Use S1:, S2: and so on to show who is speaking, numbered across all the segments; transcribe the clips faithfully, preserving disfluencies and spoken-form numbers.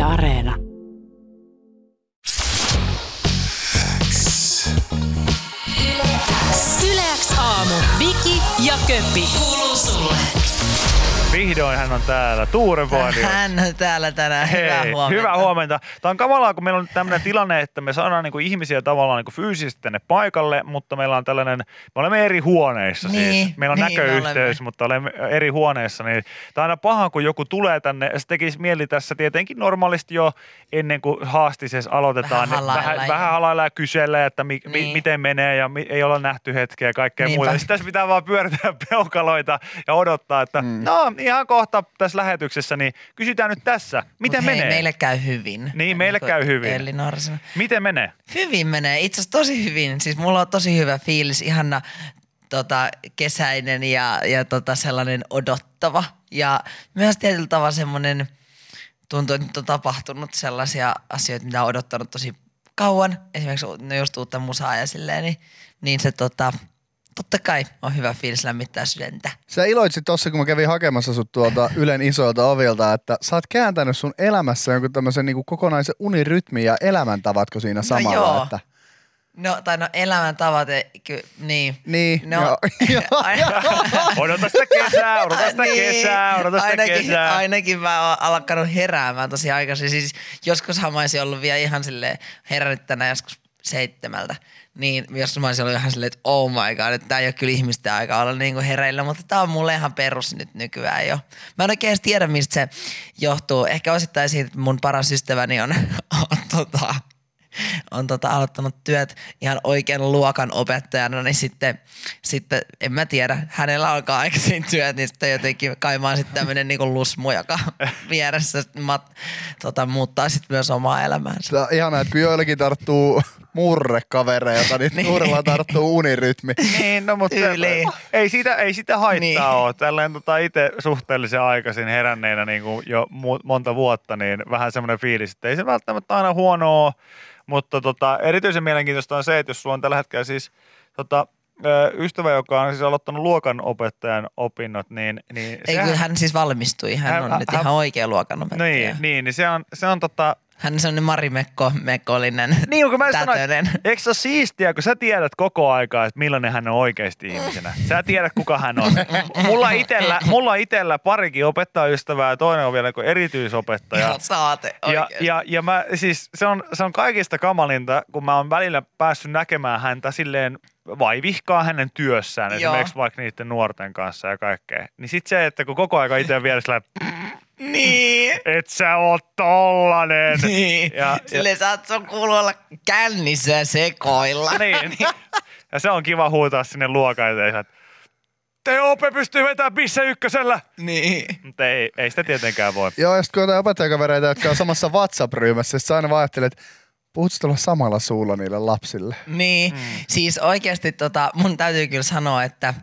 S1: Yle Areena. Yle X aamu. Viki ja Köppi. Kuuluu sulle.
S2: Vihdoin hän on täällä. Tuure Vuoli.
S3: Hän on täällä tänään.
S2: Hei,
S3: hyvää huomenta.
S2: Hyvää huomenta. Tämä on kamalaa, kun meillä on tämmöinen tilanne, että me saadaan niinku ihmisiä tavallaan niinku fyysisesti tänne paikalle, mutta meillä on tällainen, me olemme eri huoneissa
S3: niin,
S2: siis. Meillä on
S3: niin,
S2: näköyhteys, mutta olemme eri huoneissa. Niin tämä on aina paha, kun joku tulee tänne. Se tekisi mieli tässä tietenkin normaalisti jo ennen kuin haastisessa aloitetaan.
S3: Vähän halailla.
S2: Vähän halailla ja kysellä, että mi,
S3: niin.
S2: mi, miten menee ja mi, ei olla nähty hetkeä ja kaikkea
S3: Niinpä.
S2: muuta. Sitten tässä pitää vaan pyöritellä peukaloita ja odottaa, että mm. no ihan kohta tässä lähetyksessä, niin kysytään nyt tässä, miten
S3: Mut hei,
S2: menee?
S3: meille käy hyvin.
S2: Niin, meille
S3: kuin
S2: käy hyvin.
S3: Elli Norsa.
S2: Miten menee?
S3: Hyvin menee. Itse asiassa tosi hyvin. Siis mulla on tosi hyvä fiilis. Ihana tota, kesäinen ja, ja tota, sellainen odottava. Ja myös tietyllä tavalla semmoinen, tuntuu, että nyt on tapahtunut sellaisia asioita, mitä on odottanut tosi kauan. Esimerkiksi no just uutta musaa ja silleen, niin, niin se tota, totta kai on hyvä fiilis lämmittää sydäntä.
S4: Sä iloitsit tossa, kun mä kävin hakemassa sut tuolta Ylen isoilta ovilta, että sä oot kääntänyt sun elämässä jonkun tämmöisen niin kokonaisen unirytmin ja elämäntavatko siinä samalla?
S3: No joo.
S4: Että...
S3: No, tai no elämäntavat, ky- niin.
S4: Niin,
S3: no,
S4: joo.
S2: Odota sitä kesää, odota sitä
S3: niin,
S2: kesää, odota sitä
S3: ainakin,
S2: kesää.
S3: Ainakin mä oon alkanut heräämään tosi aikaisin. Siis joskushan mä olisin ollut vielä ihan silleen herännyt tänään joskus seitsemältä. Niin joskus mä olisin ollut ihan silleen, että oh my god, että tää ei ole kyllä ihmisten aika olla niinku hereillä, mutta tää on mulle ihan perus nyt nykyään jo. Mä en oikein edes tiedä, mistä se johtuu. Ehkä osittain siitä, että mun paras ystäväni on, on tota... on tota aloittanut työt ihan oikean luokan opettajana, niin sitten, sitten en mä tiedä, hänellä alkaa aikaisin työt, niin sitten jotenkin kaimaa sitten tämmöinen niinku lusmu, joka vieressä mat, tota, muuttaa sitten myös omaa elämäänsä.
S4: Tämä on ihanaa, että kun joillekin tarttuu murrekavereilta, niin, niin. Tuurella tarttuu unirytmi.
S2: Niin, no mutta se, ei, sitä, ei sitä haittaa niin. ole. Tällainen tota, itse suhteellisen aikaisin heränneenä niin kuin jo mu- monta vuotta, niin vähän semmoinen fiilis, että ei se välttämättä aina huonoa. Mutta tota, erityisen mielenkiintoista on se, että jos sulla on tällä hetkellä siis tota, ystävä, joka on siis aloittanut luokanopettajan opinnot, niin... niin
S3: ei,
S2: sehän,
S3: kun hän siis valmistui, hän, hän on hän, nyt hän, ihan oikea luokanopettaja.
S2: Niin, niin, niin se on, se on tota...
S3: Hän on sellainen Marimekko, mekkollinen,
S2: niin, kun mä sanoin,
S3: tätönen.
S2: Eikö se ole siistiä, kun sä tiedät koko aikaa, että millainen hän on oikeasti ihmisenä. Sä tiedät, kuka hän on. Mulla itellä, mulla itellä parikin opettajaystävää ja toinen on vielä kuin erityisopettaja.
S3: Ihan saate oikeasti.
S2: Ja, ja, ja mä, siis se on, se on kaikista kamalinta, kun mä oon välillä päässyt näkemään häntä silleen vaivihkaa hänen työssään,
S3: Joo.
S2: esimerkiksi vaikka niiden nuorten kanssa ja kaikkea. Niin sit se, että kun koko aika itse vielä sillä
S3: niin.
S2: Et sä oot tollanen.
S3: Niin.
S2: Ja,
S3: silleen sä oot sun kuuluu olla kännissä ja sekoilla.
S2: Niin, niin. Ja se on kiva huutaa sinne luokaiseen, että te ope pystyy vetämään pisse ykkösellä.
S3: Niin.
S2: Mutta ei, ei sitä tietenkään voi.
S4: Joo, ja sitten kun jotain opettajakavereita, jotka on samassa WhatsApp-ryhmässä, sä aina vaan ajattelet, että puhutko tuolla samalla suulla niille lapsille?
S3: Niin, mm. siis oikeasti tota, mun täytyy kyllä sanoa, että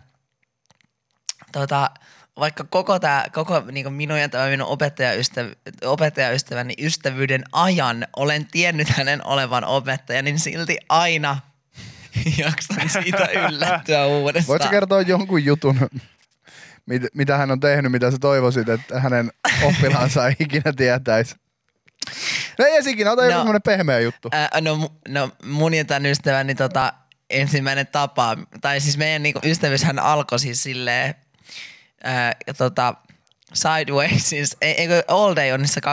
S3: tota, vaikka koko, tää, koko niin minun ja tämä minun opettajaystävä, opettajaystäväni ystävyyden ajan olen tiennyt hänen olevan opettaja, niin silti aina jaksan siitä yllättyä uudestaan.
S4: Voitko kertoa jonkun jutun, mit, mitä hän on tehnyt, mitä sä toivoisit, että hänen oppilaansa ei ikinä tietäisi? No ei esikin, ota no, joku semmoinen pehmeä juttu.
S3: Ää, no, no mun ja tämän ystäväni tota, ensimmäinen tapa, tai siis meidän niinku, ystävyyshän alkoi siis silleen, ää, tota, Sideways, siis, eikö All Day on niissä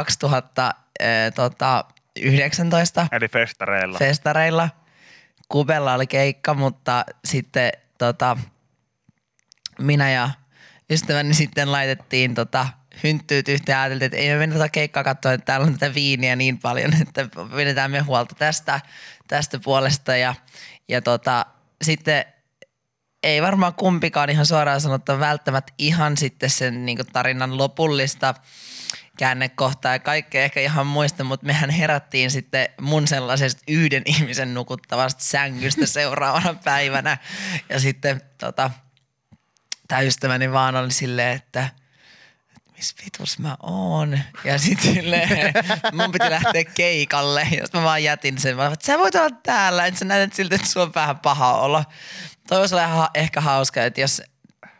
S3: kaksituhattayhdeksäntoista
S2: Eli festareilla.
S3: Festareilla. Kubella oli keikka, mutta sitten tota, minä ja ystäväni sitten laitettiin tota, hynttyyt yhteen ja ajateltiin, että ei me mennä tätä keikkaa katsoa, että täällä on tätä viiniä niin paljon, että vedetään me huolta tästä, tästä puolesta. Ja, ja tota, sitten ei varmaan kumpikaan ihan suoraan sanottuna välttämättä ihan sitten sen niin kuin tarinan lopullista käännekohtaa ja kaikkea ehkä ihan muista, mutta mehän herättiin sitten mun sellaisesta yhden ihmisen nukuttavasta sängystä seuraavana päivänä. Ja sitten tota, tämä ystäväni vaan oli silleen, että missä vitus mä oon? Ja sitten silleen, mun piti lähteä keikalle, ja sitten mä vaan jätin sen. Mä olin, että sä voit olla täällä, että sä näytät siltä, että sulla on vähän paha olla. Toi olisi olla ehkä hauska, että jos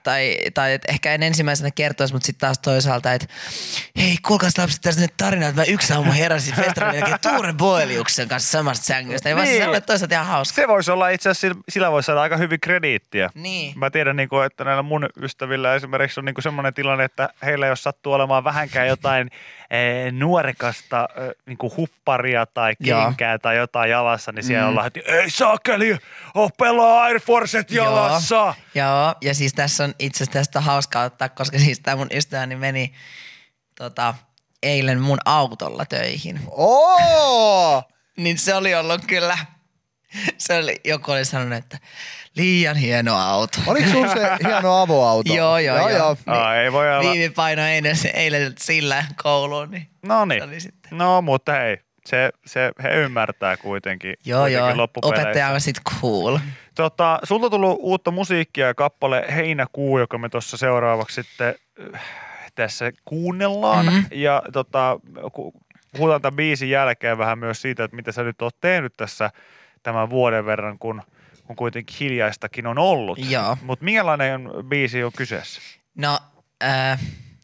S3: tai, tai et ehkä en ensimmäisenä kertoisi, mutta sitten taas toisaalta, että hei, kuulkaas lapset, tässä nyt tarina, että mä yksi aamu heräsin festarilla jälkeen Tuure Boeliuksen kanssa samasta sängystä. Ei niin. Vaan se toisaalta ihan hauska.
S2: Se voisi olla itse asiassa, sillä voisi saada aika hyvin krediittiä.
S3: Niin.
S2: Mä tiedän, että näillä mun ystävillä esimerkiksi on semmoinen tilanne, että heillä jos sattuu olemaan vähänkään jotain eh, nuorekasta eh, niin hupparia tai kenkää Jaa. tai jotain jalassa, niin siellä mm. ollaan, että ei saakeli, oh pelaa Air Forcet jalassa.
S3: Joo. Joo, ja siis tässä on itse asiassa tästä hauskaa ottaa, koska siis tämä mun ystäväni meni tota, eilen mun autolla töihin.
S4: Oh!
S3: Niin se oli ollut kyllä, se oli, joku oli sanonut, että liian hieno auto.
S4: Oliko sun se hieno avoauto?
S3: joo, joo, joo. joo.
S2: Niin, Aa, ei voi olla.
S3: Viivi painoi eilen, eilen sillä kouluun. Niin
S2: no niin, no mutta hei, se, se, he ymmärtää kuitenkin.
S3: Joo,
S2: kuitenkin
S3: joo, opettaja on sit cool.
S2: Tota, sulta on tullut uutta musiikkia ja kappale Heinäkuu, joka me tuossa seuraavaksi sitten tässä kuunnellaan. Mm-hmm. Ja tota, puhutaan tämän biisin jälkeen vähän myös siitä, että mitä sä nyt oot tehnyt tässä tämän vuoden verran, kun, kun kuitenkin hiljaistakin on ollut. Mutta minkälainen biisi on kyseessä?
S3: No, äh,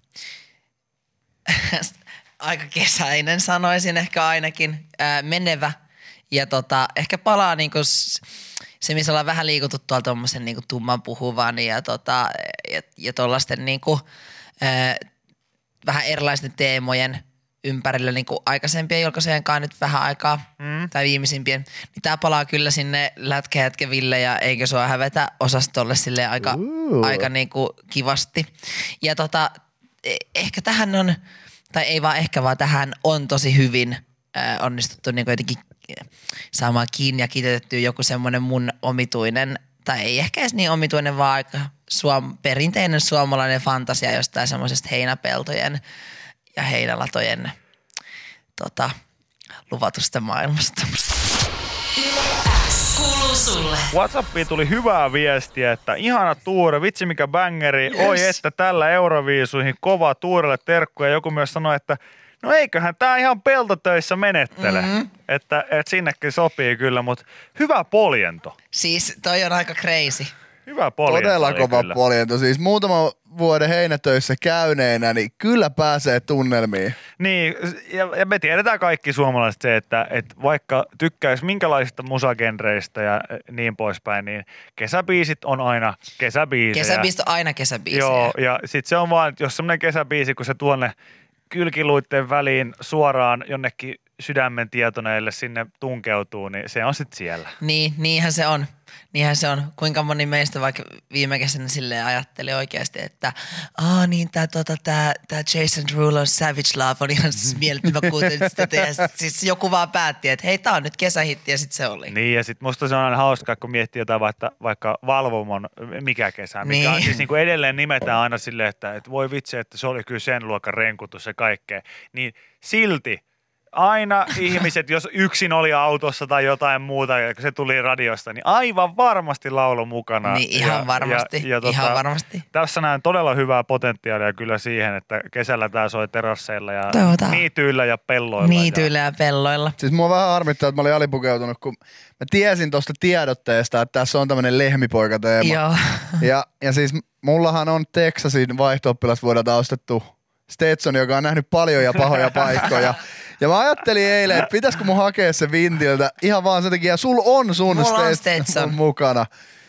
S3: aika kesäinen sanoisin ehkä ainakin, äh, menevä. Ja tota, ehkä palaa niinku se, missä ollaan vähän liikuttu tuolla tommosen niinku tumman puhuvan ja, tota, ja, ja tollaisten niinku, äh, vähän erilaisten teemojen ympärillä niinku aikaisempien julkaisujenkaan nyt vähän aikaa mm. tai viimeisimpien. Niin tää palaa kyllä sinne Lätkä Jätkä Ville ja Eikö sua hävetä -osastolle silleen aika, aika niinku kivasti. Ja tota, ehkä tähän on, tai ei vaan ehkä vaan tähän on tosi hyvin äh, onnistuttu niinku jotenkin saamaan kiinni ja kiteytettyä joku semmoinen mun omituinen, tai ei ehkä edes niin omituinen, vaan aika suom- perinteinen suomalainen fantasia jostain semmoisesta heinäpeltojen ja heinälatojen tota, luvatusta maailmasta.
S1: Kuuluu sulle.
S2: WhatsAppiin tuli hyvää viestiä, että ihana Tuure, vitsi mikä bängeri, yes. Oi että tällä Euroviisuihin kova Tuurelle terkkuja. Joku myös sanoi, että no eiköhän tää ihan peltotöissä menettele, mm-hmm. että, että sinnekin sopii kyllä, mutta hyvä poljento.
S3: Siis toi on aika crazy.
S2: Hyvä poljento.
S4: Todella kova kyllä. Poljento. Siis muutama vuoden heinätöissä käyneenä, niin kyllä pääsee tunnelmiin.
S2: Niin, ja, ja me tiedetään kaikki suomalaiset se, että, että vaikka tykkäisi minkälaisista musagenreistä ja niin poispäin, niin kesäbiisit on aina kesäbiisejä.
S3: Kesäbiisit on aina kesäbiisejä.
S2: Joo, ja sit se on vaan, että jos semmoinen kesäbiisi, kun se tuonne kylkiluitten väliin suoraan jonnekin sydämen tietoneille sinne tunkeutuu, niin se on sitten siellä.
S3: Niin, niinhän se on. Niinhän se on. Kuinka moni meistä vaikka viime kesänä silleen ajatteli oikeasti, että aah niin tää, tota, tää, tää Jason Derulo Savage Love on ihan mielettömän, mä kuuntelin sitä ja siis joku vaan päätti, että hei tää on nyt kesähitti ja sit se oli.
S2: Niin ja sit musta se on aina hauskaa, kun miettii jotain vaikka, vaikka Valvomon Mikä kesä, mikä niin. on siis niin kuin edelleen nimetään aina silleen, että, että voi vitsi, että se oli kyllä sen luokan renkutus ja kaikkea, niin silti aina ihmiset, jos yksin oli autossa tai jotain muuta, ja kun se tuli radiosta, niin aivan varmasti laulu mukana.
S3: Niin ihan ja, varmasti, ja, ja tota, ihan varmasti.
S2: Tässä näen todella hyvää potentiaalia kyllä siihen, että kesällä tää soi terasseilla ja
S3: Toota.
S2: niityillä ja pelloilla.
S3: Niityillä ja, ja pelloilla.
S4: Siis mua vähän harmittaa, että mä olin alipukeutunut, kun mä tiesin tosta tiedotteesta, että tässä on tämmönen lehmipoikateema.
S3: Joo.
S4: Ja, ja siis mullahan on Texasin vaihto-oppilasvuodelta ostettu Stetson, joka on nähnyt paljon ja pahoja paikkoja. Ja mä ajattelin eilen, että pitäisikö mun hakea se Vintiltä ihan vaan sen takia, sul on sun
S3: Stetson.
S4: Stetson mukana.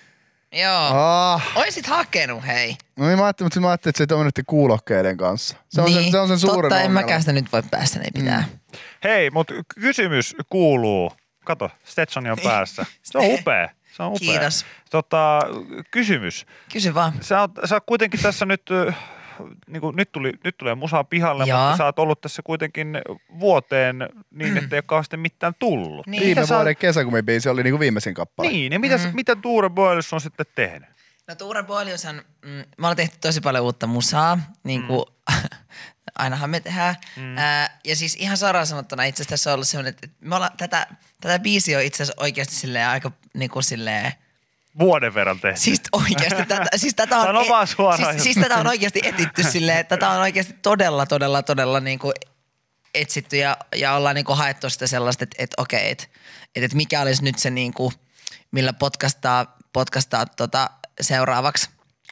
S3: Joo.
S4: Ah.
S3: Oisit hakenut, hei.
S4: No niin mä ajattelin, mutta mä ajattelin, että se ei toiminut kuulokkeiden kanssa. Se on,
S3: niin.
S4: sen, se on sen suuren
S3: Totta,
S4: ongelma.
S3: en mäkään sitä nyt voi päästä, niin pitää. Mm.
S2: Hei, mutta kysymys kuuluu. Kato, Stetsoni on päässä. Se on upea. Se on upea.
S3: Kiitos.
S2: Tota, kysymys.
S3: Kysy vaan.
S2: Sä oot, sä oot kuitenkin tässä nyt... Niin kuin nyt, tuli, nyt tulee musaa pihalle,
S3: Jaa.
S2: mutta sä oot ollut tässä kuitenkin vuoteen niin, että ei ole kauheasti mitään tullut.
S4: Niin. Viime vuoden oot... kesäkumibiisi oli niin kuin viimeisin kappale.
S2: Niin, ja mitä, mm. mitä Tuure Boelius on sitten tehnyt?
S3: No Tuure Boeliushan, mm, me ollaan tehty tosi paljon uutta musaa, niin kuin mm. ainahan me tehdään. Mm. Ää, ja siis ihan suoraan sanottuna itse asiassa tässä on ollut sellainen, että me ollaan, tätä, tätä biisiä on itse asiassa oikeasti silleen aika niin kuin silleen,
S2: vuoden verran tehty.
S3: Siis oikeasti tätä, siis tätä on,
S2: Sano vaan suoraan.
S3: Siis, siis tätä on oikeasti etitty silleen, että tätä on oikeasti todella, todella, todella niin kuin etsitty ja, ja ollaan niin kuin haettu sitä sellaista, että, että okei, että, että mikä olisi nyt se niin kuin, millä podcastaa, podcastaa tota seuraavaksi.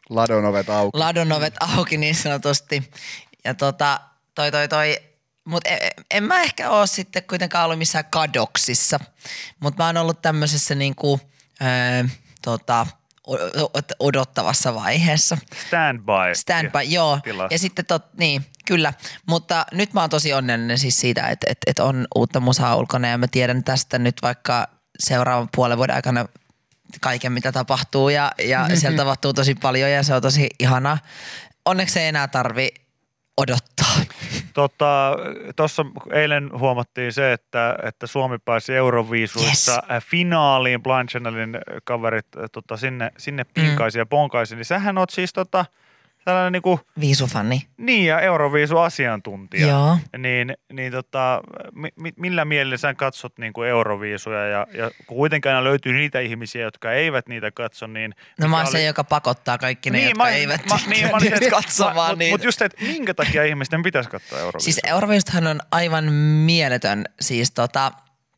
S4: Ladon ovet auki.
S3: Ladon ovet auki niin sanotusti. Ja tota, toi toi toi, mut en, en mä ehkä oo sitten kuitenkaan ollut missään kadoksissa. Mut mä oon ollut tämmöisessä niinku, öö, tota, odottavassa vaiheessa.
S2: Standby.
S3: Standby, joo.
S2: Tilassa.
S3: Ja sitten tot, niin, kyllä. Mutta nyt mä oon tosi onnellinen siis siitä, että, että, että on uutta musaa ulkona ja mä tiedän tästä nyt vaikka seuraavan puolen vuoden aikana kaiken, mitä tapahtuu ja, ja mm-hmm. siellä tapahtuu tosi paljon ja se on tosi ihanaa. Onneksi ei enää tarvi odottaa.
S2: Tuossa tota, eilen huomattiin se, että, että Suomi pääsi Euroviisuissa yes. finaaliin, Blind Channelin kaverit tota, sinne, sinne pinkaisi mm. ja ponkaisi, niin sähän oot siis tota, tällainen niinku...
S3: Viisufanni.
S2: Niin, ja Euroviisu-asiantuntija.
S3: Joo.
S2: Niin, niin tota, mi, millä mielellä sä katsot niinku Euroviisuja ja, ja kuitenkin aina löytyy niitä ihmisiä, jotka eivät niitä katso, niin...
S3: No mä oon
S2: oli...
S3: se, joka pakottaa kaikki ne,
S2: niin,
S3: jotka
S2: mä,
S3: eivät
S2: mä, niin, mä, niin,
S3: katsomaan.
S2: Mutta
S3: niin.
S2: mut just, että minkä takia ihmisten pitäisi katsoa Euroviisuja?
S3: Siis Euroviisuthan on aivan mieletön, siis tota,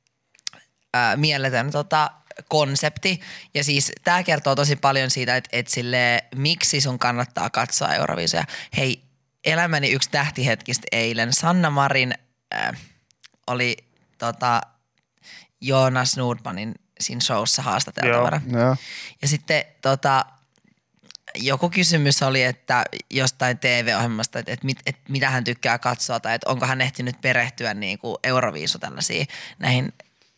S3: ää, mieletön tota, konsepti. Ja siis tää kertoo tosi paljon siitä, että et sille, miksi sun kannattaa katsoa Euroviisuja. Hei, elämäni yksi tähtihetkistä eilen. Sanna Marin äh, oli tota, Jonas Nordmanin siinä showssa haastateltavana.
S4: Joo.
S3: Ja sitten tota, joku kysymys oli, että jostain T V-ohjelmasta, että, että, mit, että mitä hän tykkää katsoa tai että onko hän ehtinyt perehtyä niin kuin Euroviisu tällaisiin näihin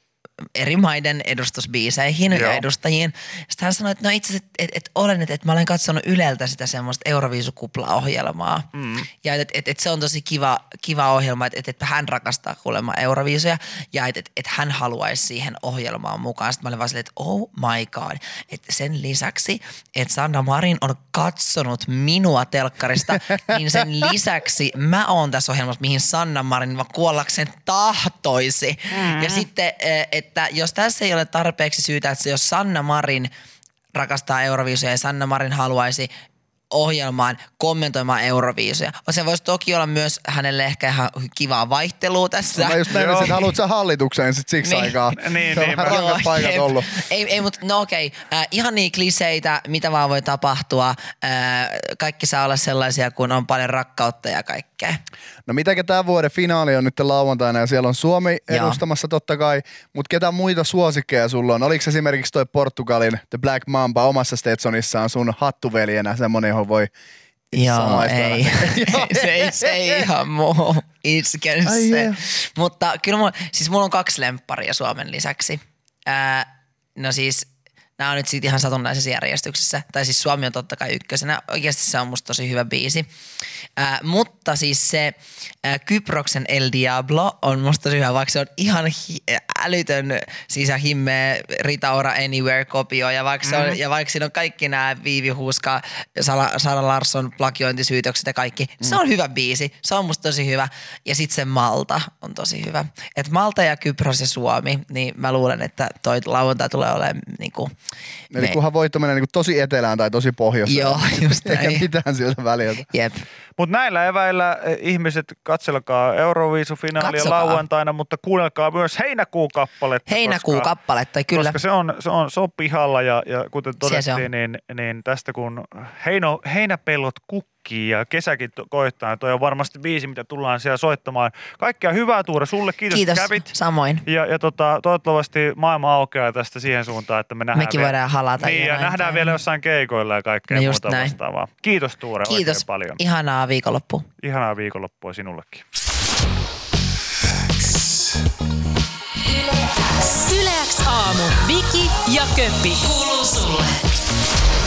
S3: eri maiden edustusbiiseihin
S2: Joo.
S3: ja edustajiin. Sitten hän sanoi, että no itse asiassa, että, että olen, että, että mä olen katsonut Yleltä sitä semmoista Euroviisukupla-ohjelmaa. Mm. Ja että, että, että se on tosi kiva, kiva ohjelma, että, että hän rakastaa kuulemma Euroviisuja ja että, että, että hän haluaisi siihen ohjelmaan mukaan. Sitten mä olin vaan silleen, että oh my god. Että sen lisäksi, että Sanna Marin on katsonut minua telkkarista, niin sen lisäksi mä oon tässä ohjelmassa, mihin Sanna Marin vaan kuollakseen tahtoisi. Mm. Ja sitten, että että jos tässä ei ole tarpeeksi syytä, että jos Sanna Marin rakastaa Euroviisuja ja Sanna Marin haluaisi ohjelmaan kommentoimaan Euroviisuja. Se voisi toki olla myös hänelle ehkä ihan kivaa vaihtelua tässä.
S4: No mä just näin, että haluat sä hallitukseen sit siksi
S3: niin.
S4: aikaa.
S2: niin,
S4: se on
S2: niin,
S4: vähän rankat paikat
S3: jep.
S4: ollut.
S3: Ei, ei mutta no okei. Äh, ihan niin kliseitä, mitä vaan voi tapahtua. Äh, kaikki saa olla sellaisia, kun on paljon rakkautta ja kaikkea.
S4: No mitäkä tämän vuoden finaali on nyt lauantaina ja siellä on Suomi edustamassa
S3: Joo.
S4: totta kai, mutta ketä muita suosikkeja sulla on? Oliko esimerkiksi toi Portugalin The Black Mamba omassa Stetsonissaan sun hattuveljenä semmonen, johon voi
S3: Joo, ei. se, ei se ei ihan muu isken se. Yeah. Mutta kyllä mulla, siis mulla on kaksi lempparia Suomen lisäksi. Ää, no siis nämä on nyt siitä ihan satunnaisessa järjestyksessä. Tai siis Suomi on totta kai ykkösenä. Oikeasti se on musta tosi hyvä biisi. Ää, mutta siis se ää, Kyproksen El Diablo on musta tosi hyvä, vaikka se on ihan hi- älytön siis himmeä Rita Ora Anywhere-kopio. Ja vaikka, se on, mm. ja vaikka siinä on kaikki nämä Viivi Huuska, Sara, Sara Larsson plagiointisyytökset ja kaikki. Mm. Se on hyvä biisi. Se on musta tosi hyvä. Ja sitten se Malta on tosi hyvä. Et Malta ja Kypros ja Suomi, niin mä luulen, että toi lauantai tulee olemaan niinku...
S4: Eli kunhan voit mennä niinku tosi etelään tai tosi pohjoiseen.
S3: Joo, just näin.
S4: Eikä mitään siltä väliltä.
S3: Jep.
S2: Mutta näillä eväillä ihmiset, katselkaa Euroviisufinaalia lauantaina, mutta kuunnelkaa myös heinäkuun kappaletta.
S3: Heinäkuun koska, kappaletta, kyllä.
S2: Koska se on, se on, se on pihalla ja, ja kuten todettiin, niin, niin tästä kun heino, heinäpellot kukkii ja kesäkin to, koittaa, niin toi on varmasti biisi, mitä tullaan siellä soittamaan. Kaikkea hyvää Tuure sulle, kiitos,
S3: kiitos
S2: kävit.
S3: Samoin.
S2: Ja, ja tota, toivottavasti maailma aukeaa tästä siihen suuntaan, että me nähdään
S3: Mekin
S2: vielä.
S3: voidaan halata.
S2: Niin, ja nähdään tai... vielä jossain keikoilla ja kaikkea no muuta näin. Vastaavaa. Kiitos Tuure
S3: kiitos.
S2: Oikein paljon.
S3: Ihanaa viikonloppua.
S2: Ihanaa viikonloppua sinullekin.
S1: Yle X aamu. Viki ja Köppi. Kuuluu sulle.